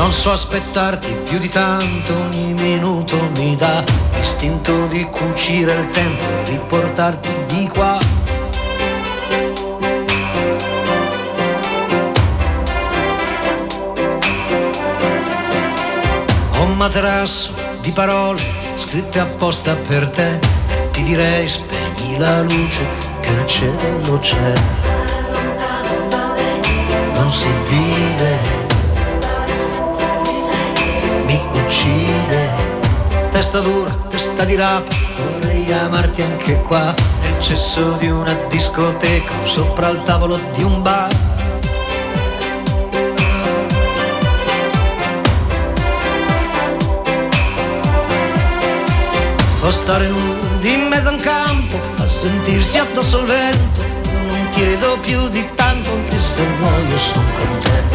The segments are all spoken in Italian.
Non so aspettarti più di tanto, ogni minuto mi dà l'istinto di cucire il tempo e riportarti di qua. Ho un materasso di parole scritte apposta per te e ti direi spegni la luce che il cielo c'è. Non si vive, mi uccide, testa dura, testa di rapa, vorrei amarti anche qua, nel cesso di una discoteca, sopra il tavolo di un bar. O stare nudi in mezzo a un campo, a sentirsi addosso al vento, non chiedo più di tanto, anche se muoio son contento.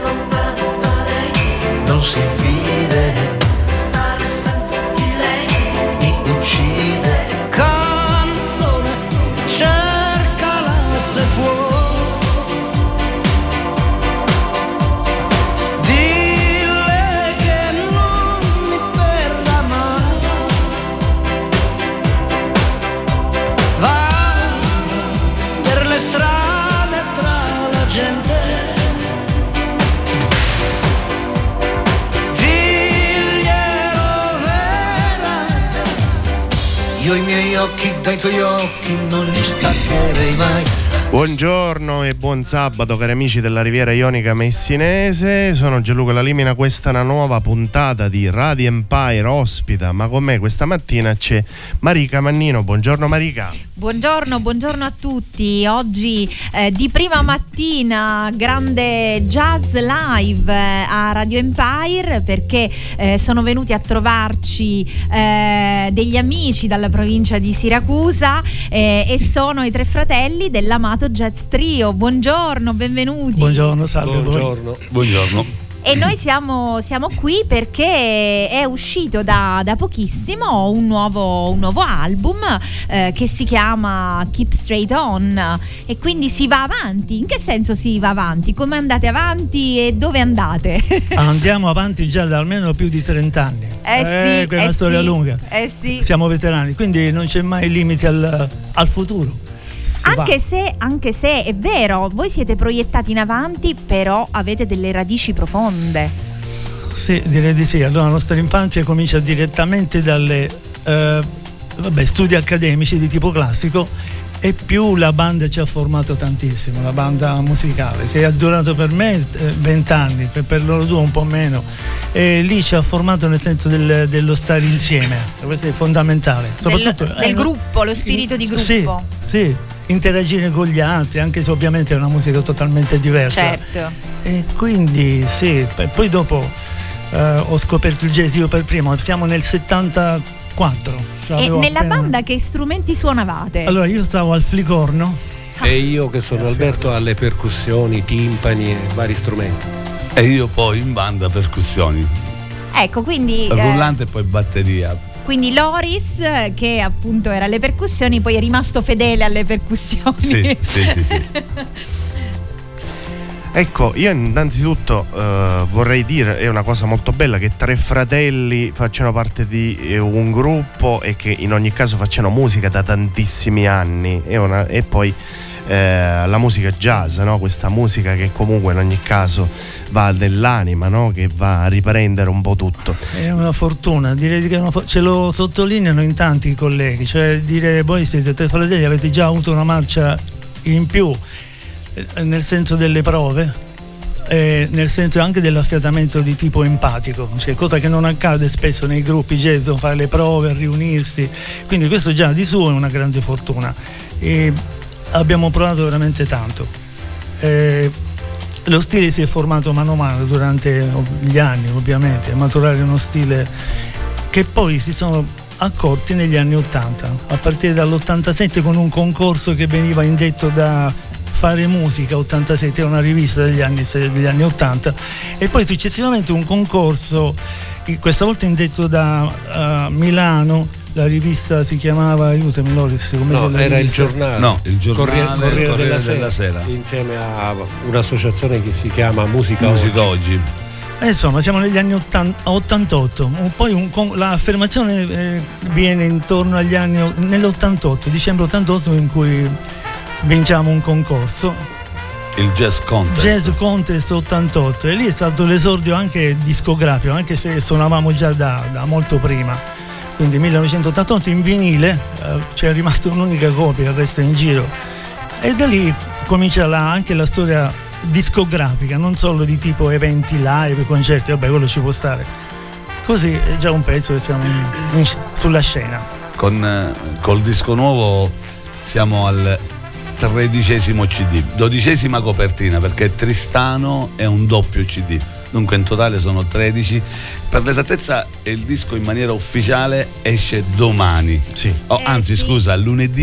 Non si vide, stare senza di lei mi uccide. Canzone, cercala se puoi. Dille che non mi perda mai. Va per le strade tra la gente. Io i miei occhi dai tuoi occhi non li staccherei mai. Buongiorno e buon sabato cari amici della Riviera Ionica Messinese, sono Gianluca Lalimina, questa è una nuova puntata di Radio Empire ospita, ma con me questa mattina c'è Marica Mannino. Buongiorno Marica. Buongiorno a tutti. Oggi di prima mattina grande jazz live a Radio Empire, perché sono venuti a trovarci degli amici dalla provincia di Siracusa e sono i tre fratelli dell'Amato Jazz Trio. Buongiorno, benvenuti. Buongiorno, salve. Buongiorno. E noi siamo qui perché è uscito da pochissimo un nuovo album che si chiama Keep Straight On, e quindi si va avanti. In che senso si va avanti? Come andate avanti e dove andate? Andiamo avanti già da almeno più di 30 anni. È una storia lunga. Sì. Siamo veterani, quindi non c'è mai limiti al futuro. Anche se è vero, voi siete proiettati in avanti, però avete delle radici profonde. Sì, direi di sì. Allora la nostra infanzia comincia direttamente dalle studi accademici di tipo classico, e più la banda ci ha formato tantissimo, la banda musicale, che ha durato per me 20 anni, per loro due un po' meno, e lì ci ha formato nel senso dello stare insieme. Questo è fondamentale, soprattutto del gruppo, lo spirito di gruppo. Sì, interagire con gli altri, anche se ovviamente è una musica totalmente diversa. Certo. E quindi sì, poi dopo ho scoperto il jazz io per primo, siamo nel 74. E nella banda che strumenti suonavate? Allora io stavo al flicorno. E io che sono Alberto alle percussioni, timpani e vari strumenti. E io poi in banda percussioni. Ecco, quindi rullante e poi batteria. Quindi Loris, che appunto era alle percussioni, poi è rimasto fedele alle percussioni. Sì. Ecco, io innanzitutto vorrei dire, è una cosa molto bella che tre fratelli facciano parte di un gruppo e che in ogni caso facciano musica da tantissimi anni, e poi la musica jazz, no? Questa musica che comunque in ogni caso va nell'anima, no? Che va a riprendere un po' tutto. È una fortuna, direi che ce lo sottolineano in tanti colleghi, cioè dire voi siete tre fratelli, avete già avuto una marcia in più, nel senso delle prove, nel senso anche dell'affiatamento di tipo empatico, cioè cosa che non accade spesso nei gruppi jazz, fare le prove, riunirsi, quindi questo già di suo è una grande fortuna, e abbiamo provato veramente tanto. Lo stile si è formato mano a mano durante gli anni, ovviamente, a maturare uno stile che poi si sono accorti negli anni 80, a partire dall'87 con un concorso che veniva indetto da Fare Musica 87, una rivista degli anni 80, e poi successivamente un concorso, questa volta indetto da Milano. La rivista si chiamava, aiutami Loris, come era il giornale. No, il giornale Corriere della Sera, insieme a un'associazione che si chiama Musica Oggi. Insomma, siamo negli anni 88. Poi l'affermazione viene intorno agli anni nell'88, dicembre 88, in cui vinciamo un concorso, Il Jazz Contest. Jazz Contest 88, e lì è stato l'esordio anche discografico, anche se suonavamo già da molto prima. Quindi 1988 in vinile, c'è rimasta un'unica copia, il resto è in giro, e da lì comincia anche la storia discografica, non solo di tipo eventi live, concerti, vabbè, quello ci può stare. Così è già un pezzo che siamo sulla scena. Col disco nuovo siamo al 13° CD, 12ª copertina, perché Tristano è un doppio CD, dunque in totale sono 13. Per l'esattezza il disco in maniera ufficiale esce domani. Sì. Anzi, sì. scusa, lunedì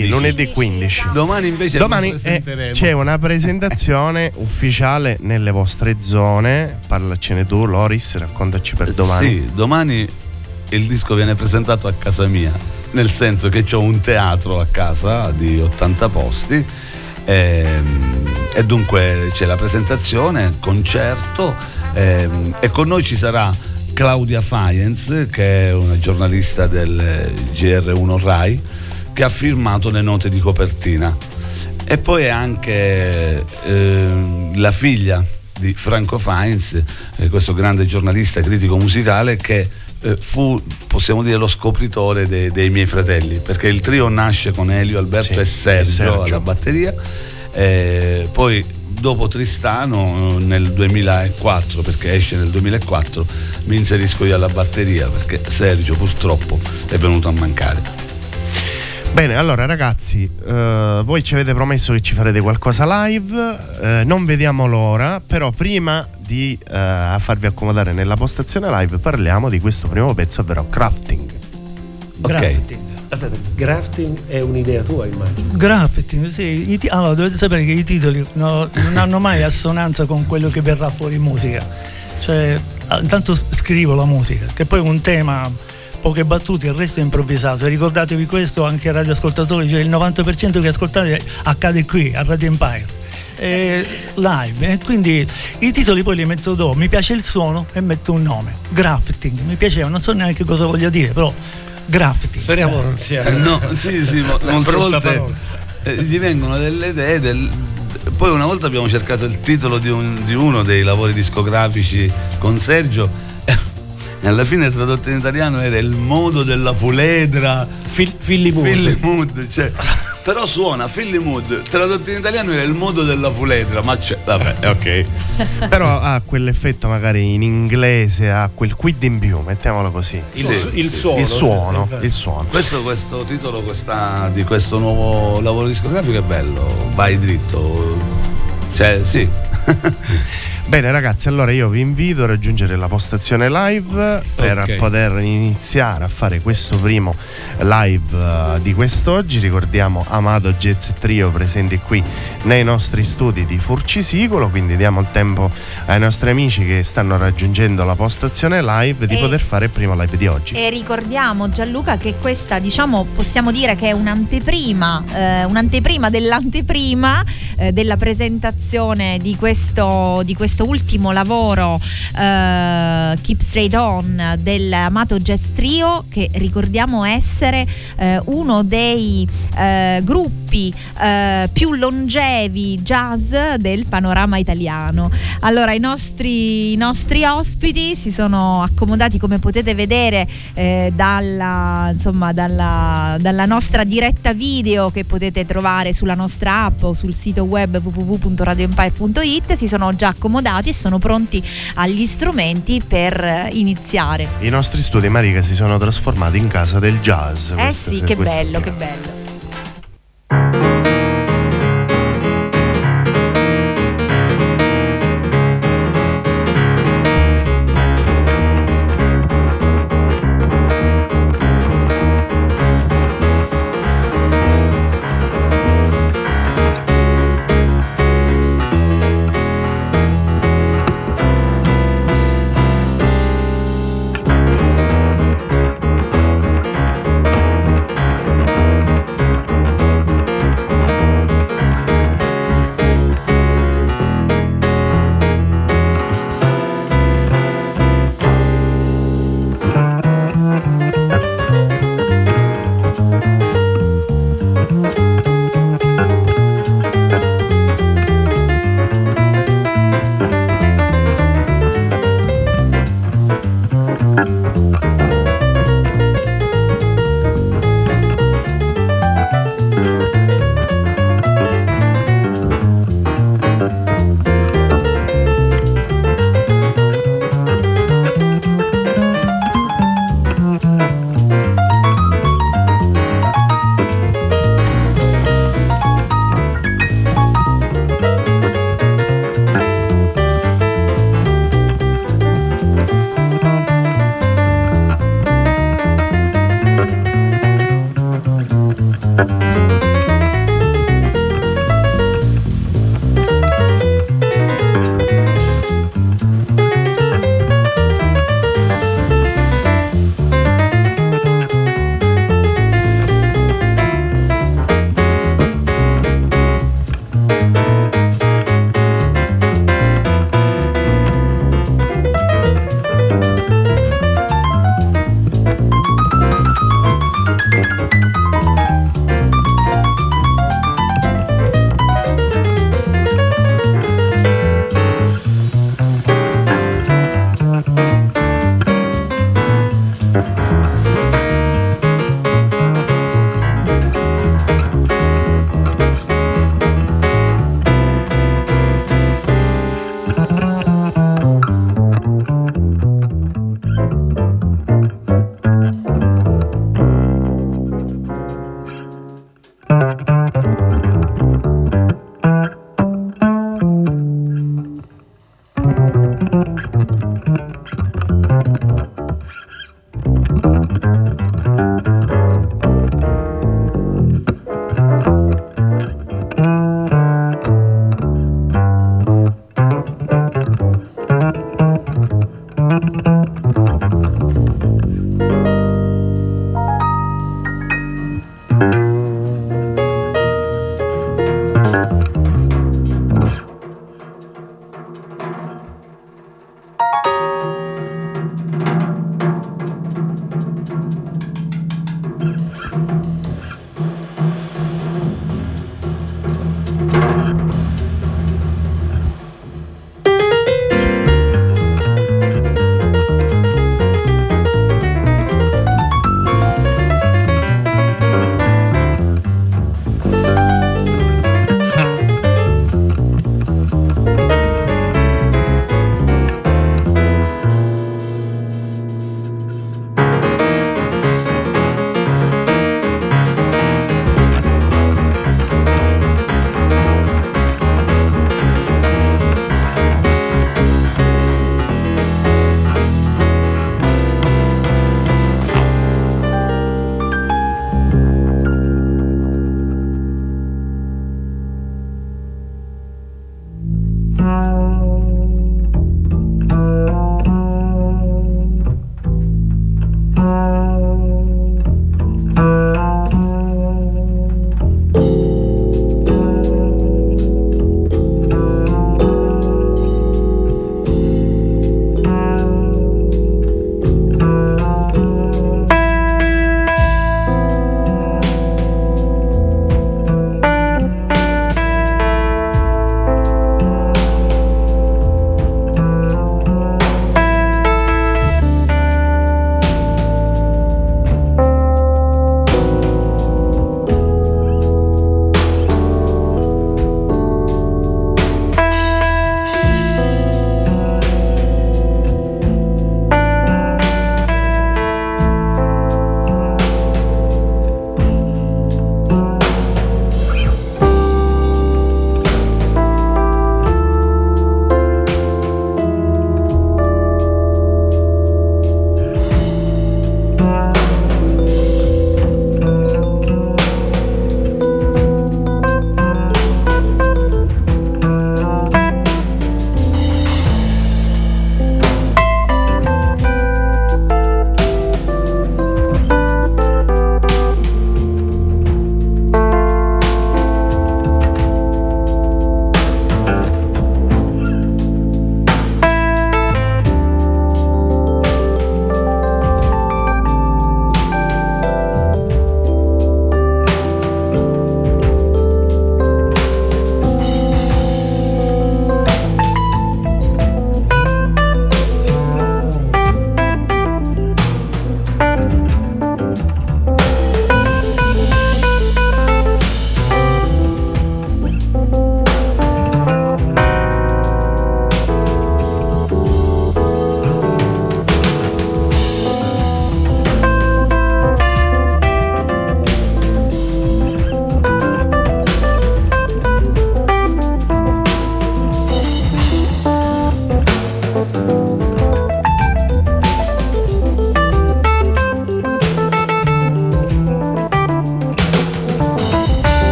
15. Domani invece c'è una presentazione ufficiale nelle vostre zone. Parlacene tu, Loris, raccontaci per domani. Sì, domani il disco viene presentato a casa mia, nel senso che c'ho un teatro a casa di 80 posti e dunque c'è la presentazione, concerto, e con noi ci sarà Claudia Faenz, che è una giornalista del GR1 Rai, che ha firmato le note di copertina, e poi è anche la figlia di Franco Faenz, questo grande giornalista critico musicale, che fu, possiamo dire, lo scopritore dei miei fratelli, perché il trio nasce con Elio, Alberto e Sergio alla batteria, poi dopo Tristano nel 2004, perché esce nel 2004, mi inserisco io alla batteria, perché Sergio purtroppo è venuto a mancare. Bene, allora ragazzi, voi ci avete promesso che ci farete qualcosa live, non vediamo l'ora, però prima di farvi accomodare nella postazione live parliamo di questo primo pezzo, ovvero Grafting. Grafting. Aspetta, Grafting è un'idea tua, immagino. Grafting, sì. Allora, dovete sapere che i titoli non hanno mai assonanza con quello che verrà fuori in musica. Cioè, intanto scrivo la musica, che poi è un tema, poche battute, il resto è improvvisato. E ricordatevi questo anche ai radioascoltatori, cioè il 90% che ascoltate accade qui, a Radio Empire. Live, e quindi i titoli poi li metto dopo. Mi piace il suono e metto un nome, Grafting, mi piaceva, non so neanche cosa voglia dire, però Grafting. Speriamo non sia. No, sì, molte volte gli vengono delle idee. Poi una volta abbiamo cercato il titolo di uno dei lavori discografici con Sergio, e alla fine tradotto in italiano era Il modo della puledra, Philly Mood, cioè, però suona Philly Mood, tradotto in italiano era Il modo della puledra, ma vabbè, ok. Però ha quell'effetto magari in inglese, ha quel quid in più, mettiamolo così. Il suono. Questo titolo di questo nuovo lavoro discografico è bello, vai dritto, cioè sì. Bene ragazzi, allora io vi invito a raggiungere la postazione live per poter iniziare a fare questo primo live di quest'oggi. Ricordiamo Amato Jazz Trio presenti qui nei nostri studi di Furcisicolo, quindi diamo il tempo ai nostri amici che stanno raggiungendo la postazione live di poter fare il primo live di oggi. E ricordiamo, Gianluca, che questa, diciamo, possiamo dire che è un'anteprima dell'anteprima della presentazione di questo ultimo lavoro Keep Straight On dell'Amato Jazz Trio, che ricordiamo essere uno dei gruppi più longevi jazz del panorama italiano. Allora i nostri ospiti si sono accomodati, come potete vedere, dalla nostra diretta video che potete trovare sulla nostra app o sul sito web www.radioempire.it. Si sono già accomodati e sono pronti agli strumenti per iniziare. I nostri studi, Marica, si sono trasformati in casa del jazz. Sì, che bello, che bello.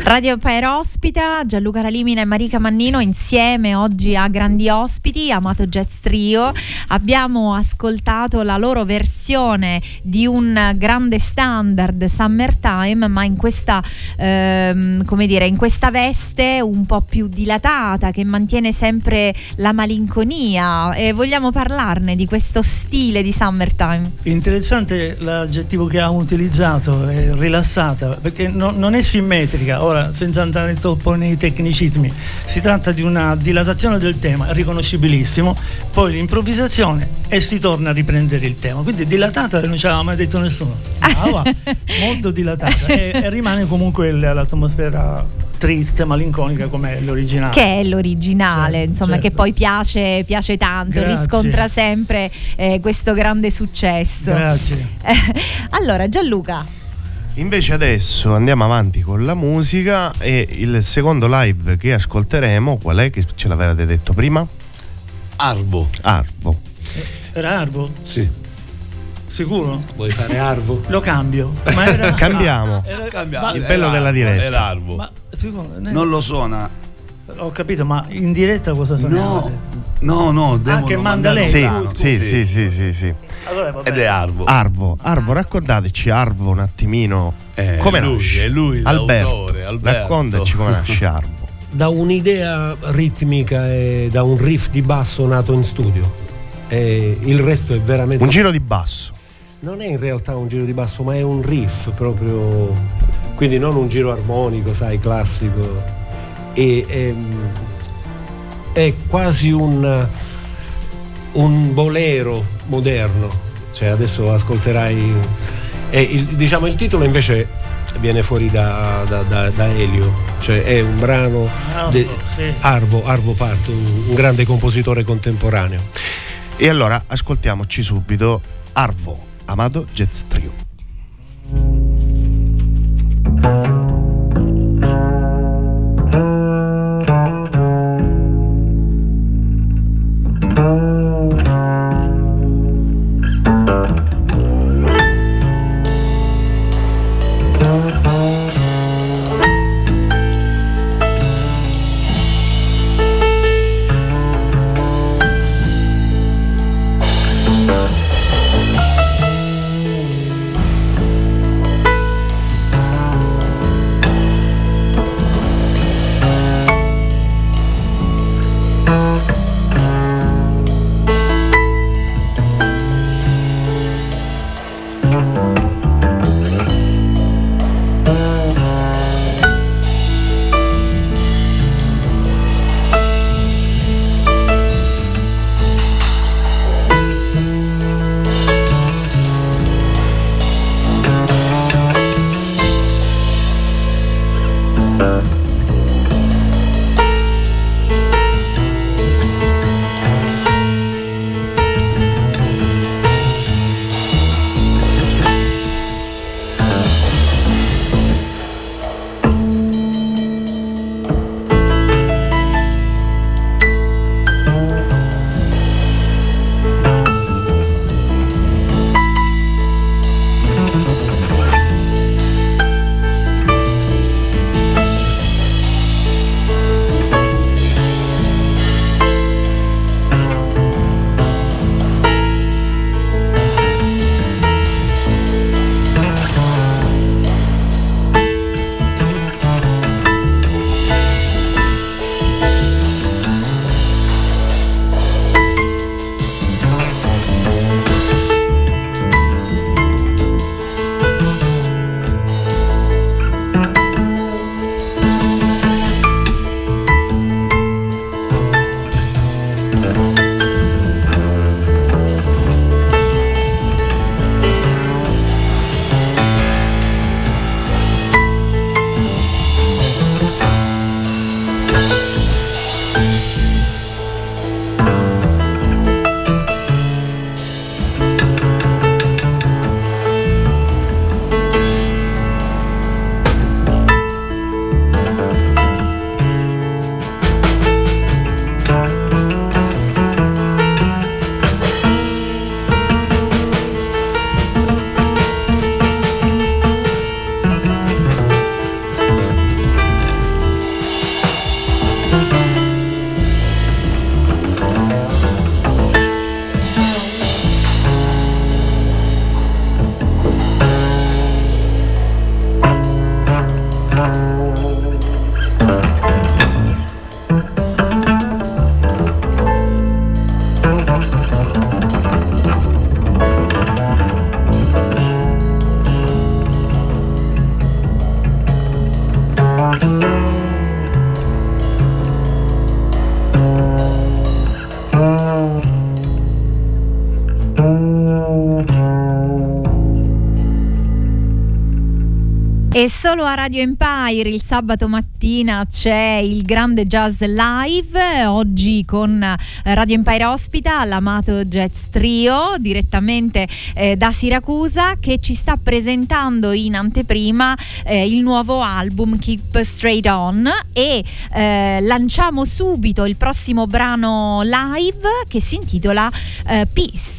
Radio Empire ospita Gianluca Ralimina e Marica Mannino insieme oggi a grandi ospiti, Amato Jazz Trio. Abbiamo ascoltato la loro versione di un grande standard, Summertime, ma in questa come dire, in questa veste un po' più dilatata, che mantiene sempre la malinconia, e vogliamo parlarne di questo stile di Summertime. Interessante l'aggettivo che ha utilizzato, è rilassata, perché non è simmetrica. Ora, senza andare troppo nei tecnicismi, si tratta di una dilatazione del tema riconoscibilissimo, poi l'improvvisazione e si torna a riprendere il tema, quindi dilatata non ce l'aveva mai detto nessuno. Molto dilatata, e rimane comunque l'atmosfera triste, malinconica come l'originale. Che è l'originale, certo, insomma, certo. Che poi piace tanto. Grazie. Riscontra sempre questo grande successo. Grazie. Allora, Gianluca. Invece adesso andiamo avanti con la musica, e il secondo live che ascolteremo, qual è, che ce l'avevate detto prima? Arvo. Arvo. Era Arvo? Sì. Sicuro? Vuoi fare Arvo? Lo cambio. Ma era... Cambiamo. Il bello della diretta. Era Arvo. Ma sicuro? Non lo suona. Ho capito, ma in diretta cosa suonavate? No, devono che manda mandare lei? Sì, un brano. sì. Allora, va Ed bene. è Arvo. Arvo, raccontateci Arvo un attimino, come lui, nasce? è lui l'autore, Alberto. Raccontaci come nasce Arvo. Da un'idea ritmica e da un riff di basso nato in studio. E il resto è veramente... Un giro di basso. Non è in realtà un giro di basso, ma è un riff proprio, quindi non un giro armonico, sai, classico. È quasi un bolero moderno, cioè adesso ascolterai, il titolo invece viene fuori da Elio, cioè è un brano Arvo Parto, un grande compositore contemporaneo. E allora ascoltiamoci subito Arvo, Amato Jazz Trio. E solo a Radio Empire il sabato mattina c'è il grande jazz live, oggi con Radio Empire ospita l'Amato Jazz Trio direttamente da Siracusa, che ci sta presentando in anteprima il nuovo album Keep Straight On, e lanciamo subito il prossimo brano live che si intitola Peace.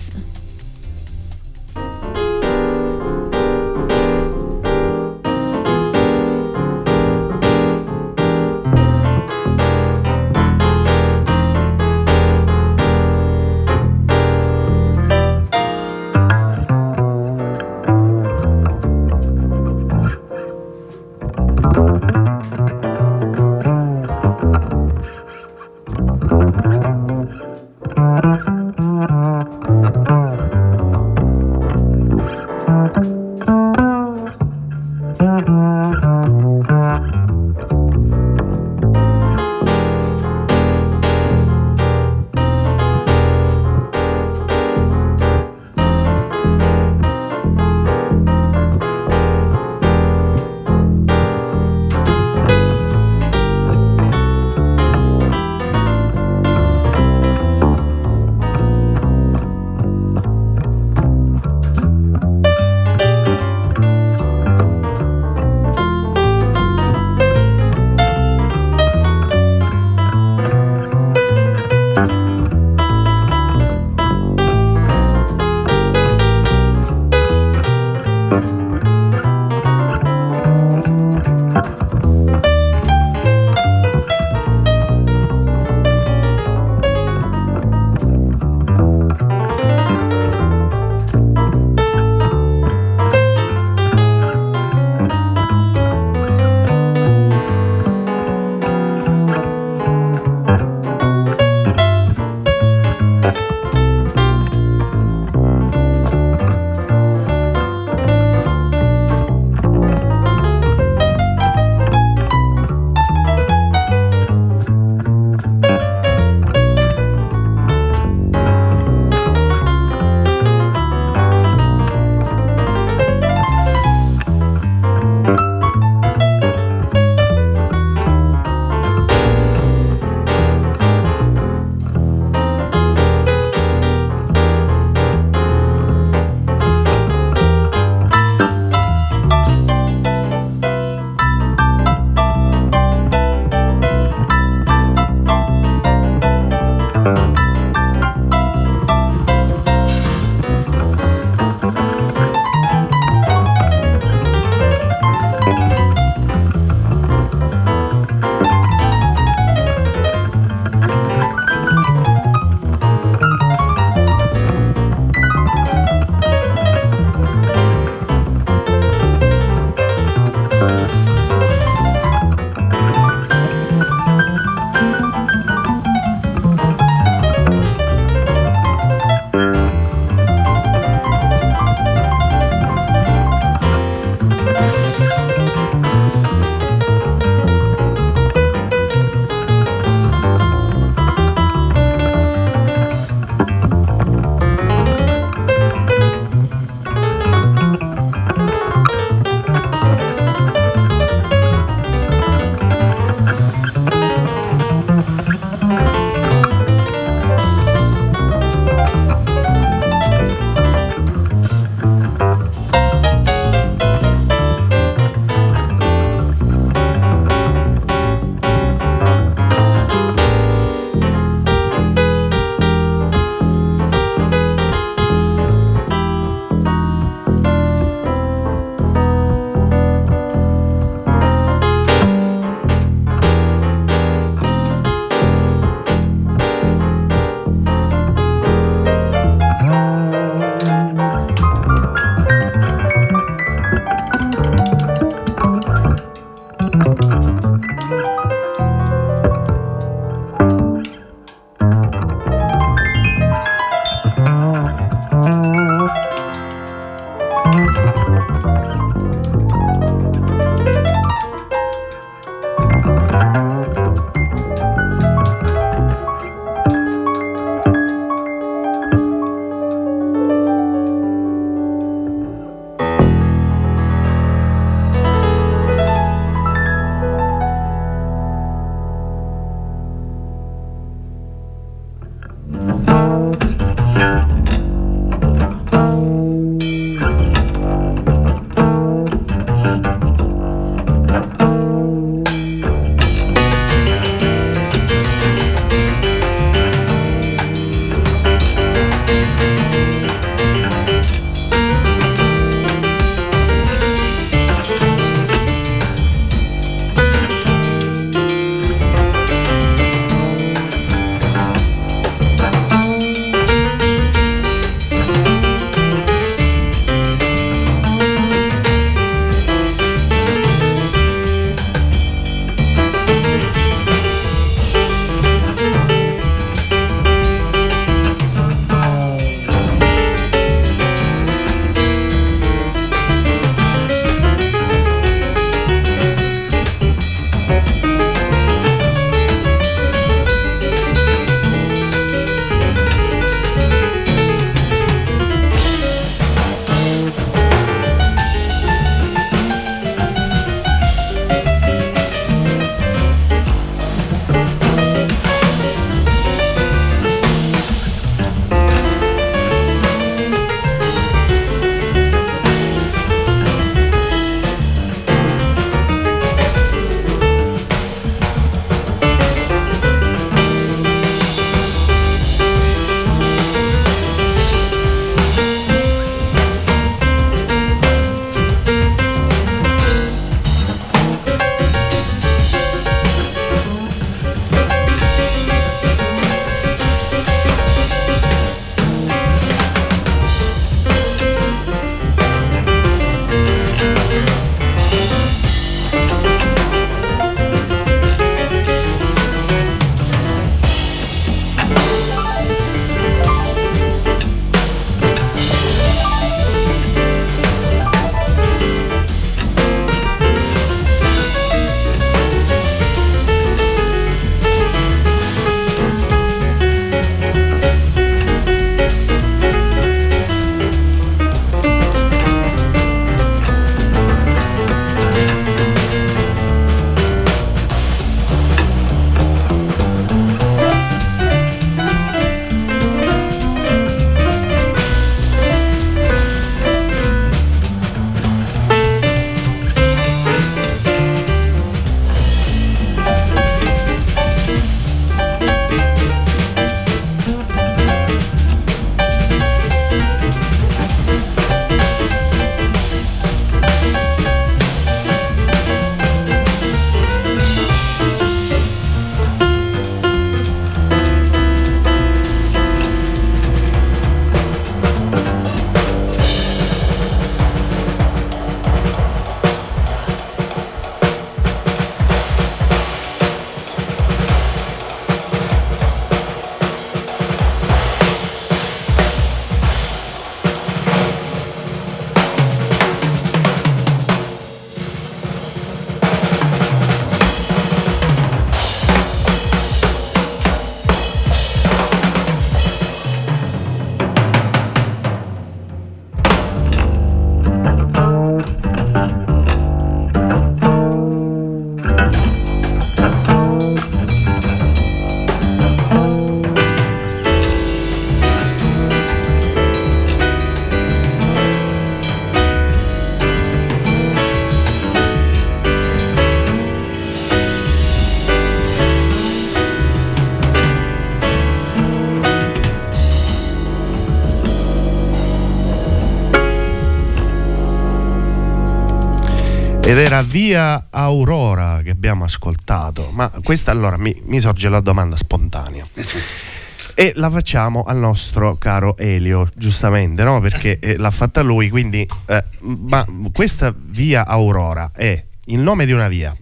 Ed era Via Aurora che abbiamo ascoltato. Ma questa allora mi sorge la domanda spontanea. E la facciamo al nostro caro Elio, giustamente, no? Perché l'ha fatta lui, quindi ma questa Via Aurora è il nome di una via?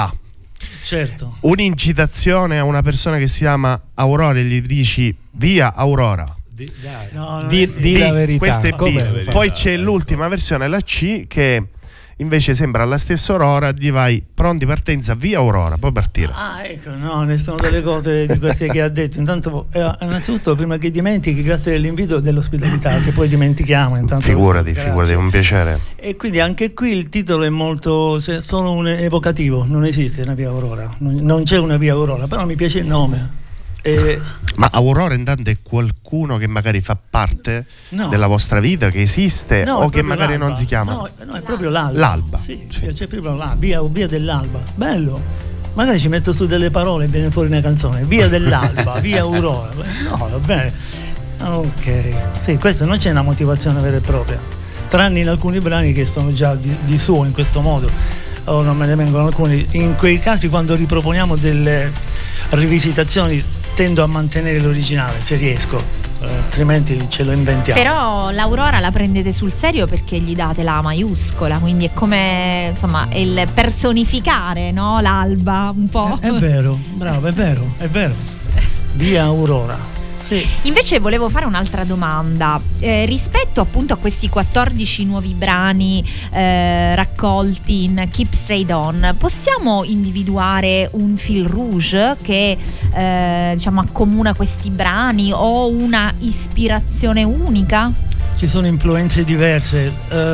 Certo. Un'incitazione a una persona che si chiama Aurora e gli dici Via Aurora? Di B, la verità. questa è B. Poi c'è ecco. l'ultima versione, la C, che invece sembra alla stessa Aurora, gli vai pronti partenza Via Aurora, puoi partire. Ecco, no, ne sono delle cose di queste che ha detto. Intanto, innanzitutto, prima che dimentichi, grazie dell'invito e dell'ospitalità, che poi dimentichiamo. Intanto, figurati, è un piacere. E quindi anche qui il titolo è molto, solo un evocativo, non esiste una Via Aurora, non c'è una Via Aurora, però mi piace il nome. Ma Aurora intanto è qualcuno che magari fa parte della vostra vita, che esiste, o che magari l'alba. non si chiama? No, è proprio l'alba. L'alba. Sì. C'è proprio via dell'alba. Bello. Magari ci metto su delle parole e viene fuori una canzone. Via dell'alba, Via Aurora. No, va bene. Ok. Sì, questa non c'è una motivazione vera e propria. Tranne in alcuni brani che sono già di suo in questo modo. O non me ne vengono alcuni. In quei casi, quando riproponiamo delle rivisitazioni, tendo a mantenere l'originale se riesco, altrimenti ce lo inventiamo. Però l'Aurora la prendete sul serio perché gli date la maiuscola, quindi è come, insomma, il personificare, no? L'alba un po'. È vero, bravo, è vero. Via Aurora. Sì. Invece volevo fare un'altra domanda, rispetto appunto a questi 14 nuovi brani raccolti in Keep Straight On, possiamo individuare un fil rouge che diciamo accomuna questi brani, o una ispirazione unica? Ci sono influenze diverse,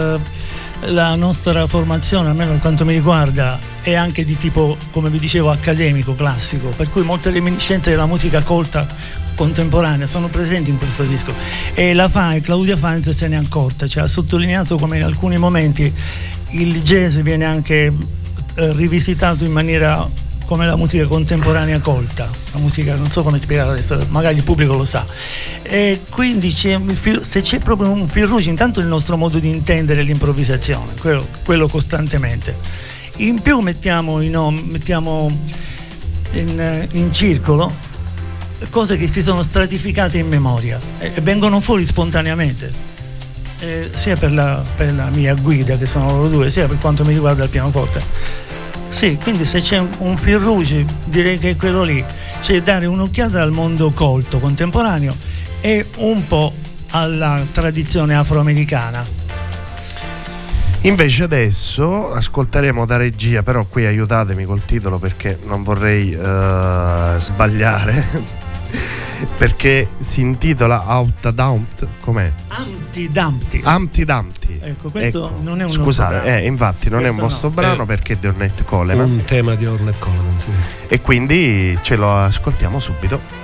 la nostra formazione, almeno per quanto mi riguarda, è anche di tipo, come vi dicevo, accademico, classico, per cui molte reminiscenze della musica colta contemporanea sono presenti in questo disco, e Claudia Faenz se ne è accorta, cioè ha sottolineato come in alcuni momenti il jazz viene anche rivisitato in maniera come la musica contemporanea colta, la musica, non so come spiegare adesso, magari il pubblico lo sa, e quindi se c'è proprio un fil rouge, intanto il nostro modo di intendere l'improvvisazione, quello costantemente. In più mettiamo in circolo cose che si sono stratificate in memoria e vengono fuori spontaneamente, sia per la mia guida, che sono loro due, sia per quanto mi riguarda il pianoforte. Sì, quindi se c'è un fil rouge, direi che è quello lì, cioè dare un'occhiata al mondo colto contemporaneo e un po' alla tradizione afroamericana. Invece adesso ascolteremo da regia, però qui aiutatemi col titolo perché non vorrei sbagliare, perché si intitola Out Dumped, com'è? Humpty Dumpty. Ecco, questo non è un scusate, infatti non questo è un vostro brano, perché è di Ornette Coleman. Un tema di Ornette Coleman, sì. E quindi ce lo ascoltiamo subito.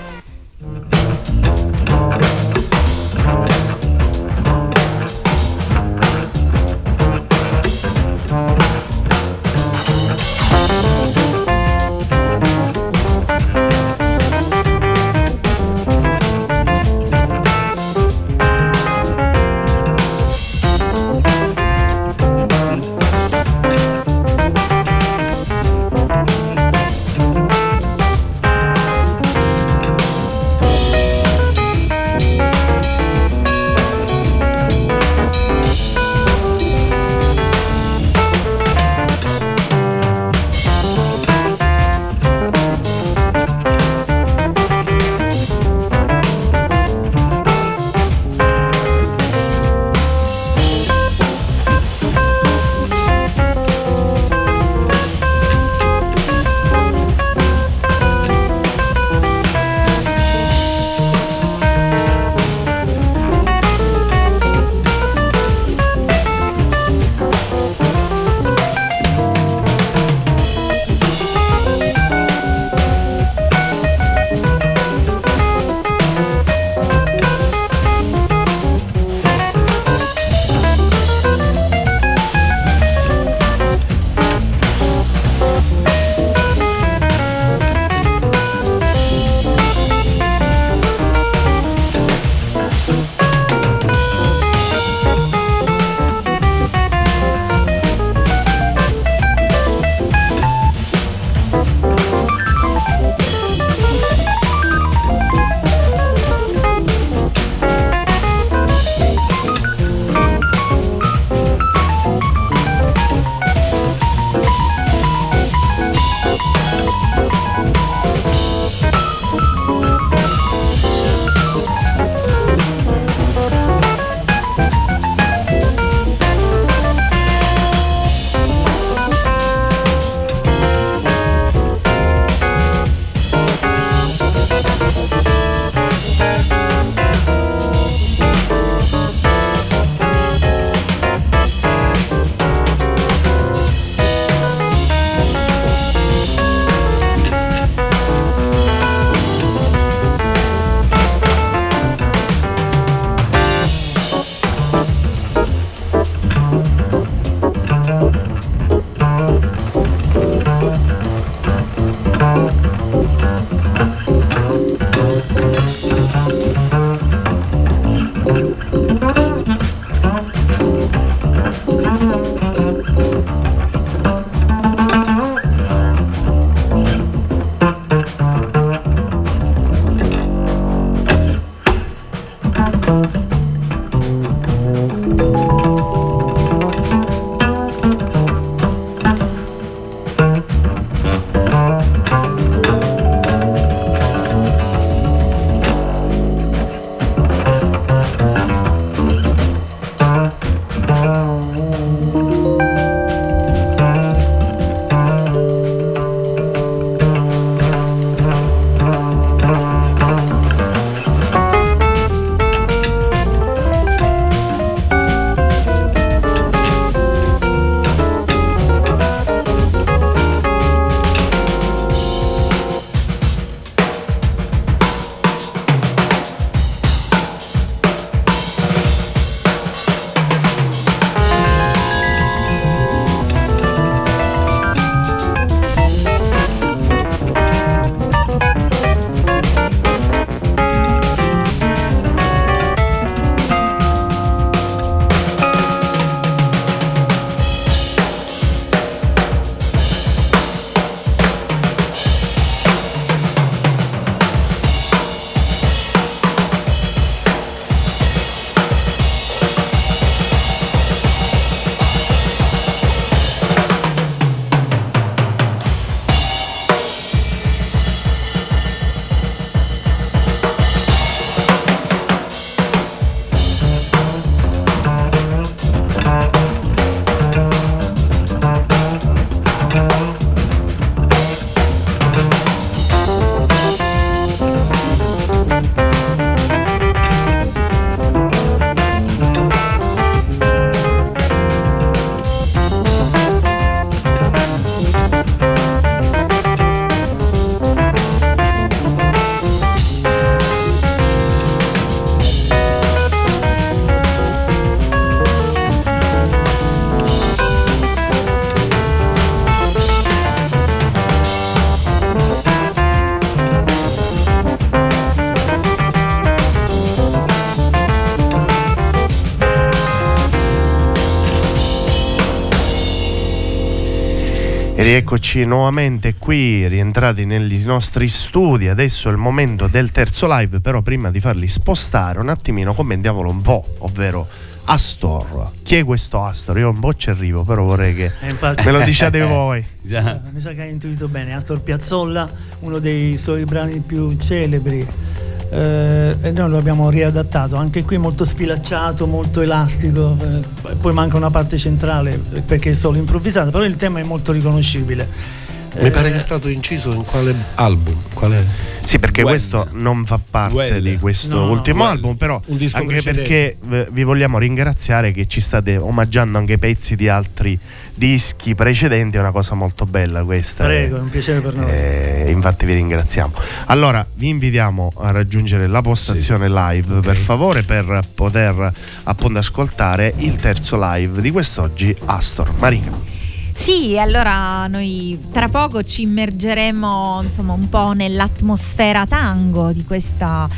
E rieccoci nuovamente qui, rientrati negli nostri studi. Adesso è il momento del terzo live, però prima di farli spostare un attimino commentiamolo un po', ovvero Astor. Chi è questo Astor? Io un po' ci arrivo, però vorrei che me lo diciate voi. Mi sa che hai intuito bene. Astor Piazzolla, uno dei suoi brani più celebri, e noi lo abbiamo riadattato, anche qui molto sfilacciato, molto elastico, poi manca una parte centrale perché è solo improvvisata, però il tema è molto riconoscibile. Mi pare che è stato inciso in quale album? Sì, perché Well. questo non fa parte di questo ultimo album, però anche perché vi vogliamo ringraziare che ci state omaggiando anche pezzi di altri dischi precedenti, è una cosa molto bella questa. Prego, è un piacere per noi. Infatti vi ringraziamo. Allora vi invitiamo a raggiungere la postazione live, per favore, per poter appunto ascoltare il terzo live di quest'oggi, Astor. Marica. Sì, allora noi tra poco ci immergeremo insomma un po' nell'atmosfera tango di questo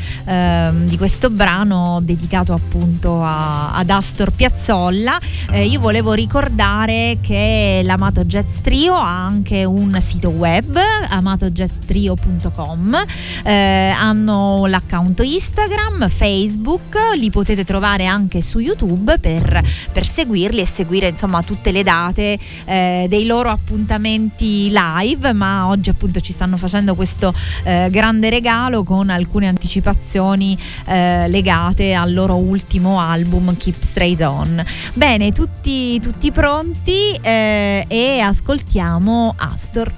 brano dedicato appunto ad Astor Piazzolla. Io volevo ricordare che l'Amato Jazz Trio ha anche un sito web, amatojazztrio.com, hanno l'account Instagram, Facebook, li potete trovare anche su YouTube per seguirli e seguire insomma tutte le date dei loro appuntamenti live, ma oggi appunto ci stanno facendo questo grande regalo con alcune anticipazioni legate al loro ultimo album Keep Straight On. Bene, tutti pronti e ascoltiamo Astor.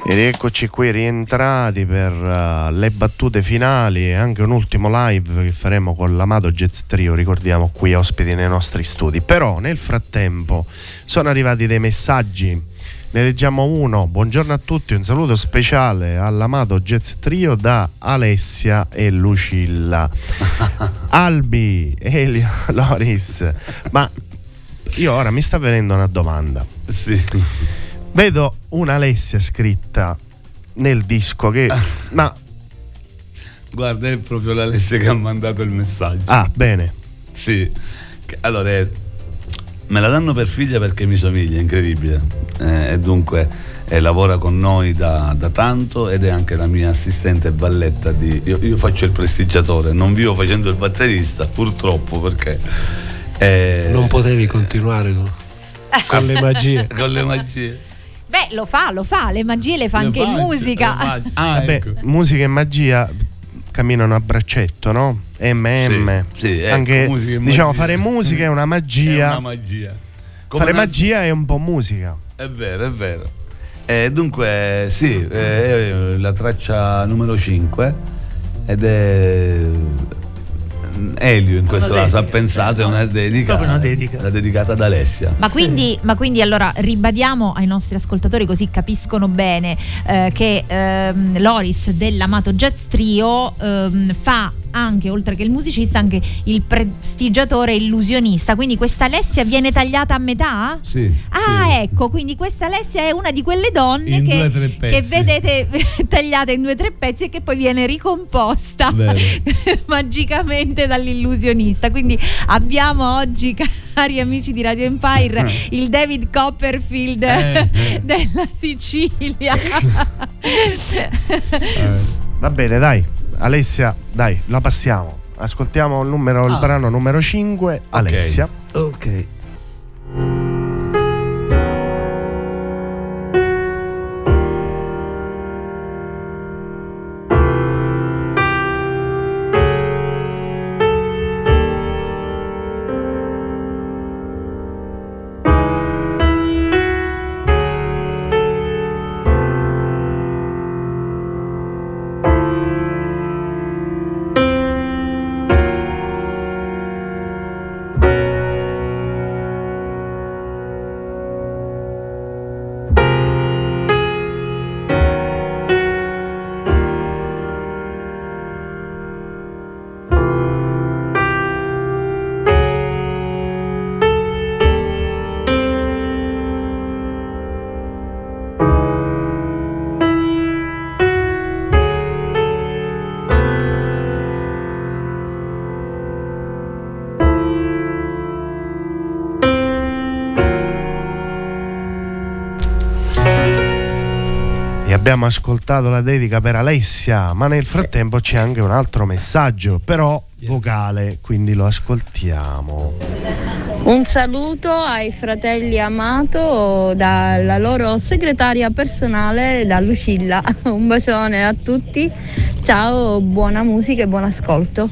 E rieccoci qui rientrati per le battute finali e anche un ultimo live che faremo con l'Amato Jazz Trio, ricordiamo, qui ospiti nei nostri studi. Però nel frattempo sono arrivati dei messaggi, ne leggiamo uno. Buongiorno a tutti, un saluto speciale all'Amato Jazz Trio da Alessia e Lucilla. Albi, Elio, Loris, ma io ora mi sta venendo una domanda. Sì. Vedo un'Alessia scritta nel disco che... ma... Guarda, è proprio l'Alessia che ha mandato il messaggio. Ah, bene. Sì. Allora, me la danno per figlia perché mi somiglia, incredibile. E dunque lavora con noi da tanto ed è anche la mia assistente balletta io faccio il prestigiatore, non vivo facendo il batterista, purtroppo, perché... non potevi continuare con le magie. Con le magie. Beh, lo fa, le magie le fa anche in musica. Vabbè, Ecco. musica e magia camminano a braccetto, no? MM. Sì, ecco, anche musica e diciamo magia. Fare musica è una magia. È una magia. Come Fare magia è un po' musica. È vero, è vero. Dunque, sì, è la traccia numero 5 ed è Elio in questo caso ha pensato, è una dedica, proprio una dedica. la dedicata ad Alessia. Ma quindi allora ribadiamo ai nostri ascoltatori, così capiscono bene, che Loris dell'Amato Jazz Trio fa anche, oltre che il musicista, anche il prestigiatore illusionista. Quindi questa Alessia viene tagliata a metà? Sì. Ah, sì. ecco, quindi questa Alessia è una di quelle donne In che 2 o 3 pezzi. che vedete tagliata in 2 o 3 pezzi e che poi viene ricomposta Vero. magicamente dall'illusionista. Quindi abbiamo oggi, cari amici di Radio Empire, il David Copperfield della Sicilia. Va bene, dai. Alessia, dai, la passiamo. Ascoltiamo il brano numero 5, Alessia. Ok. Abbiamo ascoltato la dedica per Alessia, ma nel frattempo c'è anche un altro messaggio, però vocale, quindi lo ascoltiamo. Un saluto ai fratelli Amato dalla loro segretaria personale, da Lucilla. Un bacione a tutti, ciao, buona musica e buon ascolto.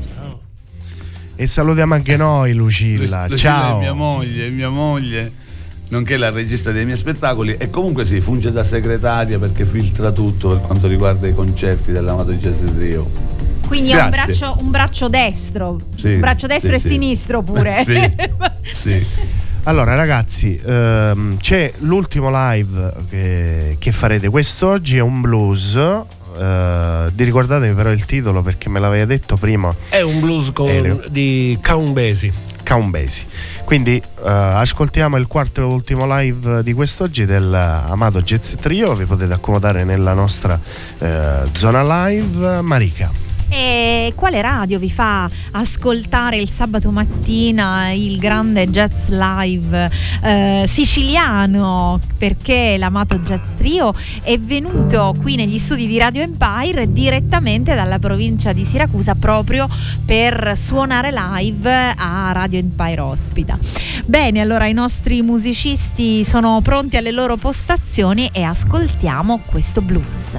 E salutiamo anche noi Lucilla, ciao. È mia moglie, nonché la regista dei miei spettacoli, e comunque sì, funge da segretaria perché filtra tutto per quanto riguarda i concerti dell'Amato Jazz Trio. Quindi è un braccio destro, sì, un braccio destro e sì. sinistro pure. Sì. Allora ragazzi, c'è l'ultimo live che farete quest'oggi, è un blues. Ricordatevi però il titolo perché me l'aveva detto prima. È un blues di Count Basie. Quindi ascoltiamo il quarto e ultimo live di quest'oggi dell'Amato Jazz Trio. Vi potete accomodare nella nostra zona live. Marica, E quale radio vi fa ascoltare il sabato mattina il grande jazz live siciliano? Perché l'Amato Jazz Trio è venuto qui negli studi di Radio Empire direttamente dalla provincia di Siracusa proprio per suonare live a Radio Empire Ospita. Bene, allora i nostri musicisti sono pronti alle loro postazioni e ascoltiamo questo blues.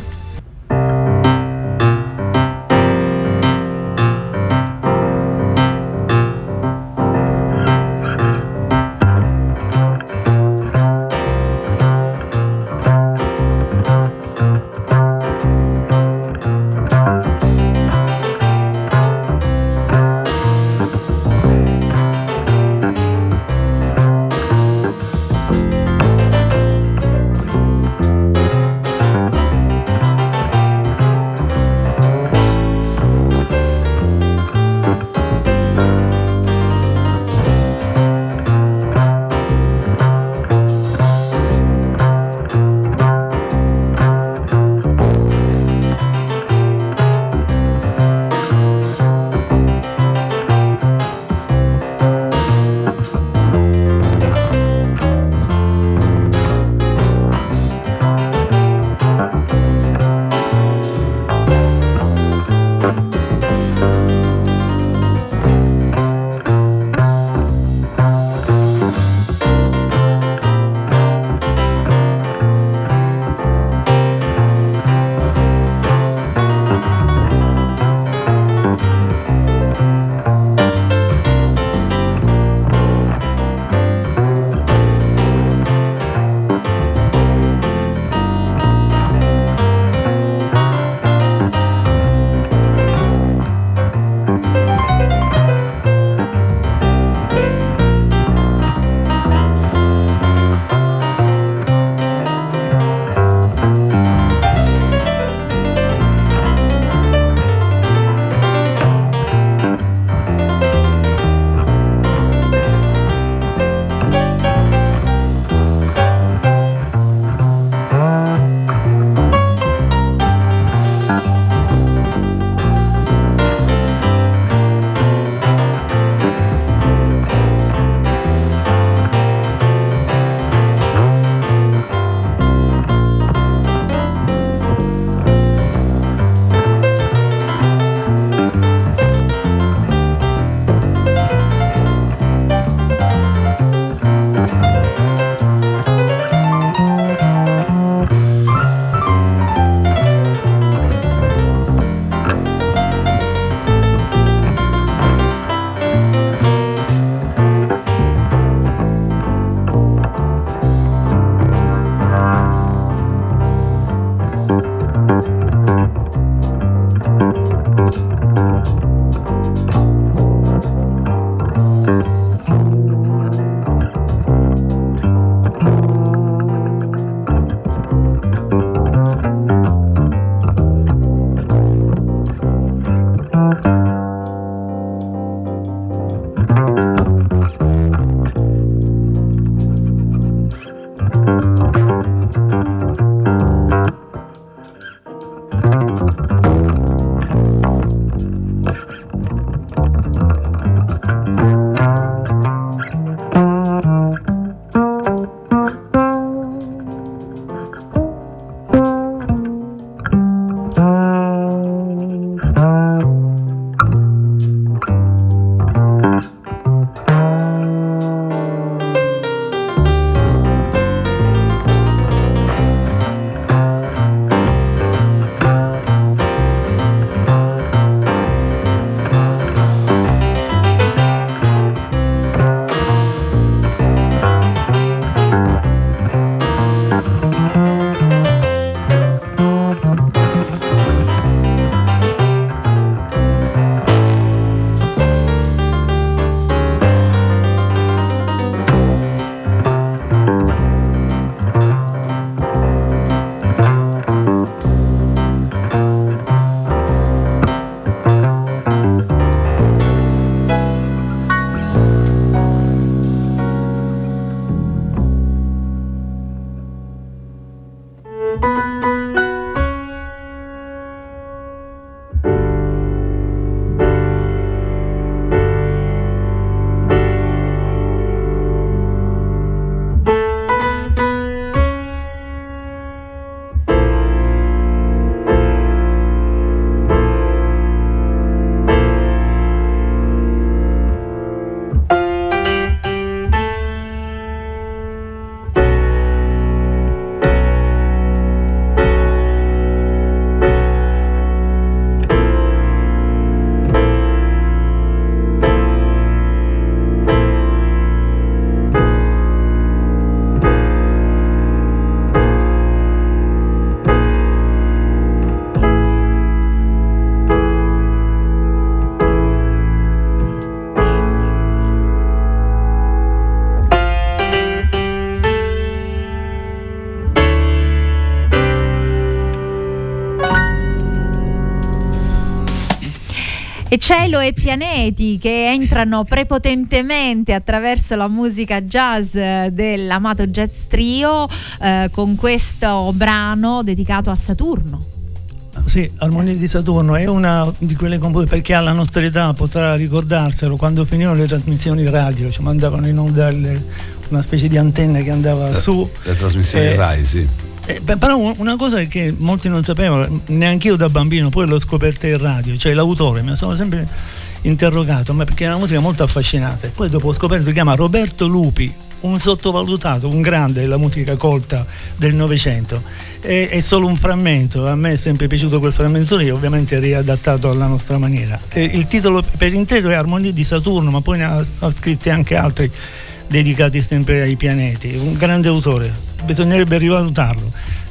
E cielo e pianeti che entrano prepotentemente attraverso la musica jazz dell'amato Jazz Trio con questo brano dedicato a Saturno. Sì, Armonie di Saturno è una di quelle composizioni, perché alla nostra età potrà ricordarselo, quando finivano le trasmissioni radio ci mandavano in onda una specie di antenna che andava su. Le trasmissioni Rai, sì. Però una cosa che molti non sapevano, neanche io da bambino, poi l'ho scoperta in radio, cioè l'autore, mi sono sempre interrogato, ma perché è una musica molto affascinante. Poi dopo ho scoperto che si chiama Roberto Lupi, un sottovalutato, un grande della musica colta del Novecento. È solo un frammento, a me è sempre piaciuto quel frammento lì, ovviamente riadattato alla nostra maniera. Il titolo per intero è Armonie di Saturno, ma poi ne ha scritti anche altri dedicati sempre ai pianeti. Un grande autore, bisognerebbe rivalutarlo.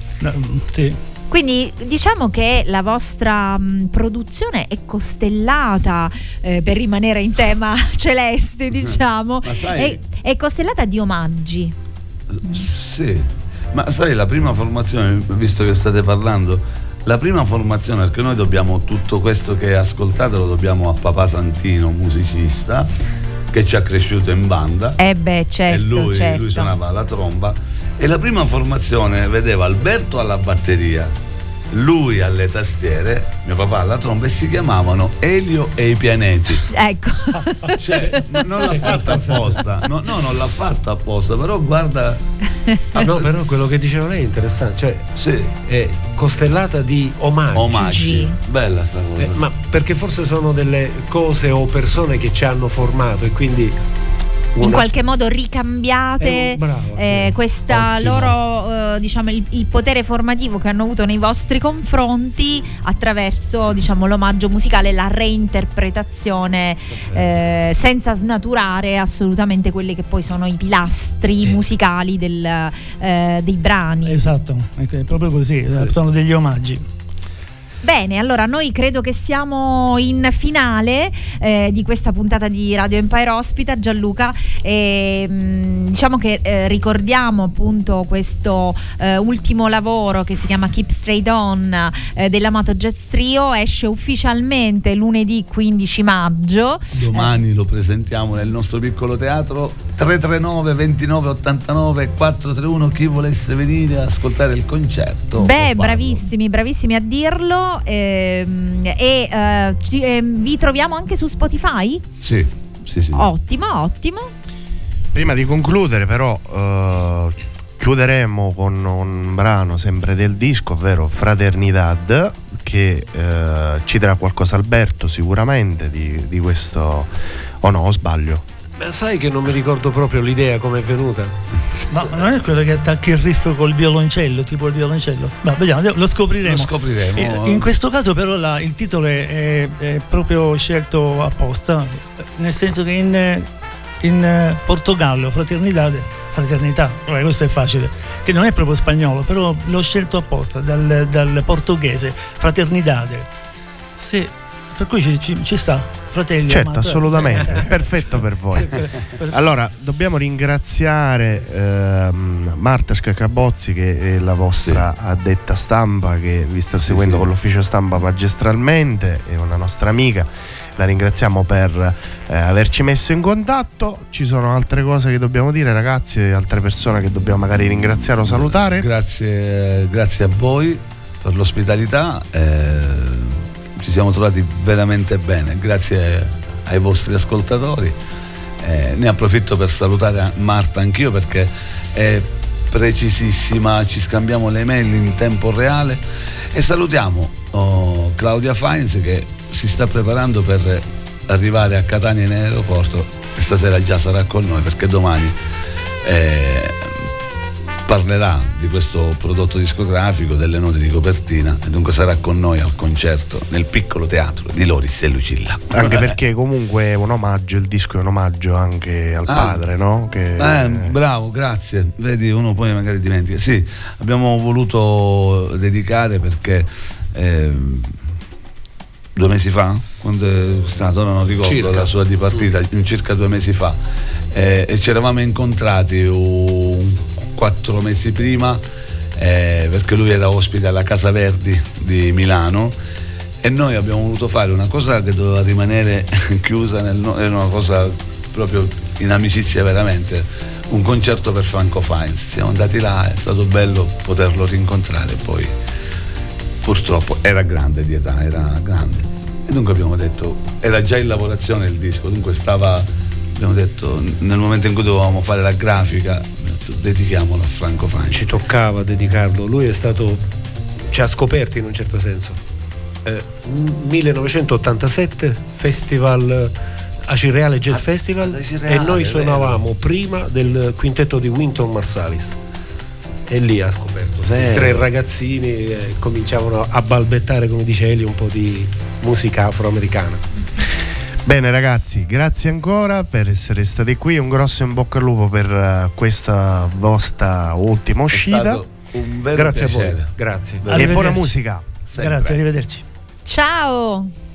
Sì. Quindi diciamo che la vostra produzione è costellata, per rimanere in tema celeste, diciamo, è costellata di omaggi. Sì, ma sai, la prima formazione, visto che state parlando, la prima formazione, perché noi dobbiamo tutto questo che ascoltate lo dobbiamo a papà Santino, musicista, che ci ha cresciuto in banda. Certo, e lui certo. Suonava la tromba, e la prima formazione vedeva Alberto alla batteria, lui alle tastiere, mio papà alla tromba, e si chiamavano Elio e i pianeti. Ecco. Cioè, non l'ha fatto apposta. No, non l'ha fatto apposta, però guarda. No, però quello che diceva lei è interessante, cioè sì, è costellata di omaggi. Bella sta cosa. Ma perché forse sono delle cose o persone che ci hanno formato e quindi in qualche modo ricambiate questa Ottimo. loro diciamo il potere formativo che hanno avuto nei vostri confronti attraverso, diciamo, l'omaggio musicale, la reinterpretazione, senza snaturare assolutamente quelli che poi sono i pilastri musicali dei brani. Esatto, è proprio così, sì. Sono degli omaggi. Bene, allora noi credo che siamo in finale di questa puntata di Radio Empire Ospita, Gianluca, diciamo che ricordiamo appunto questo ultimo lavoro che si chiama Keep Straight On dell'amato Jazz Trio, esce ufficialmente lunedì 15 maggio. Domani lo presentiamo nel nostro piccolo teatro. 339 29 89 431, chi volesse venire a ascoltare il concerto. Bravissimi a dirlo. Vi troviamo anche su Spotify? Sì. Ottimo. Prima di concludere però chiuderemo con un brano sempre del disco, ovvero Fraternidad, che ci darà qualcosa Alberto sicuramente di questo, o no, o sbaglio? Ma sai che non mi ricordo proprio l'idea come è venuta? Ma non è quello che attacchi il riff col violoncello, tipo il violoncello? Ma vediamo, lo scopriremo. In questo caso però il titolo è proprio scelto apposta, nel senso che in Portogallo fraternità, questo è facile, che non è proprio spagnolo, però l'ho scelto apposta dal portoghese, fraternidade. Sì, per cui ci sta. Fratelli, certo, assolutamente, perfetto per voi. Allora, dobbiamo ringraziare Marta Scacabozzi, che è la vostra addetta stampa, che vi sta seguendo con l'ufficio stampa magistralmente, è una nostra amica. La ringraziamo per averci messo in contatto. Ci sono altre cose che dobbiamo dire, ragazzi, altre persone che dobbiamo magari ringraziare o salutare? Grazie a voi per l'ospitalità. Ci siamo trovati veramente bene, grazie ai vostri ascoltatori. Ne approfitto per salutare Marta anch'io, perché è precisissima, ci scambiamo le mail in tempo reale, e salutiamo Claudia Fainz, che si sta preparando per arrivare a Catania in aeroporto, e stasera già sarà con noi, perché domani parlerà di questo prodotto discografico, delle note di copertina, e dunque sarà con noi al concerto nel piccolo teatro di Loris e Lucilla. Anche perché comunque è un omaggio, il disco è un omaggio anche al padre, no? Bravo, grazie. Vedi, uno poi magari dimentica. Sì, abbiamo voluto dedicare perché 2 mesi fa, quando è stato, non ricordo la sua dipartita, circa 2 mesi fa, e ci eravamo incontrati 4 mesi prima, perché lui era ospite alla Casa Verdi di Milano, e noi abbiamo voluto fare una cosa che doveva rimanere chiusa era una cosa proprio in amicizia veramente, un concerto per Franco Fainz. Siamo andati là, è stato bello poterlo rincontrare, poi purtroppo era grande di età, era grande, e dunque abbiamo detto, era già in lavorazione il disco, dunque abbiamo detto, nel momento in cui dovevamo fare la grafica, dedichiamolo a Franco Fainz. Ci toccava dedicarlo, lui ci ha scoperti in un certo senso. 1987 Festival Acireale Jazz Festival, Acireale, e noi suonavamo prima del quintetto di Wynton Marsalis, e lì ha scoperto tre ragazzini cominciavano a balbettare, come dice Elio, un po' di musica afroamericana. Bene ragazzi, grazie ancora per essere stati qui, un grosso in bocca al lupo per questa vostra ultima uscita. Un vero grazie piacere. a voi, grazie E buona musica. Grazie, arrivederci. Ciao.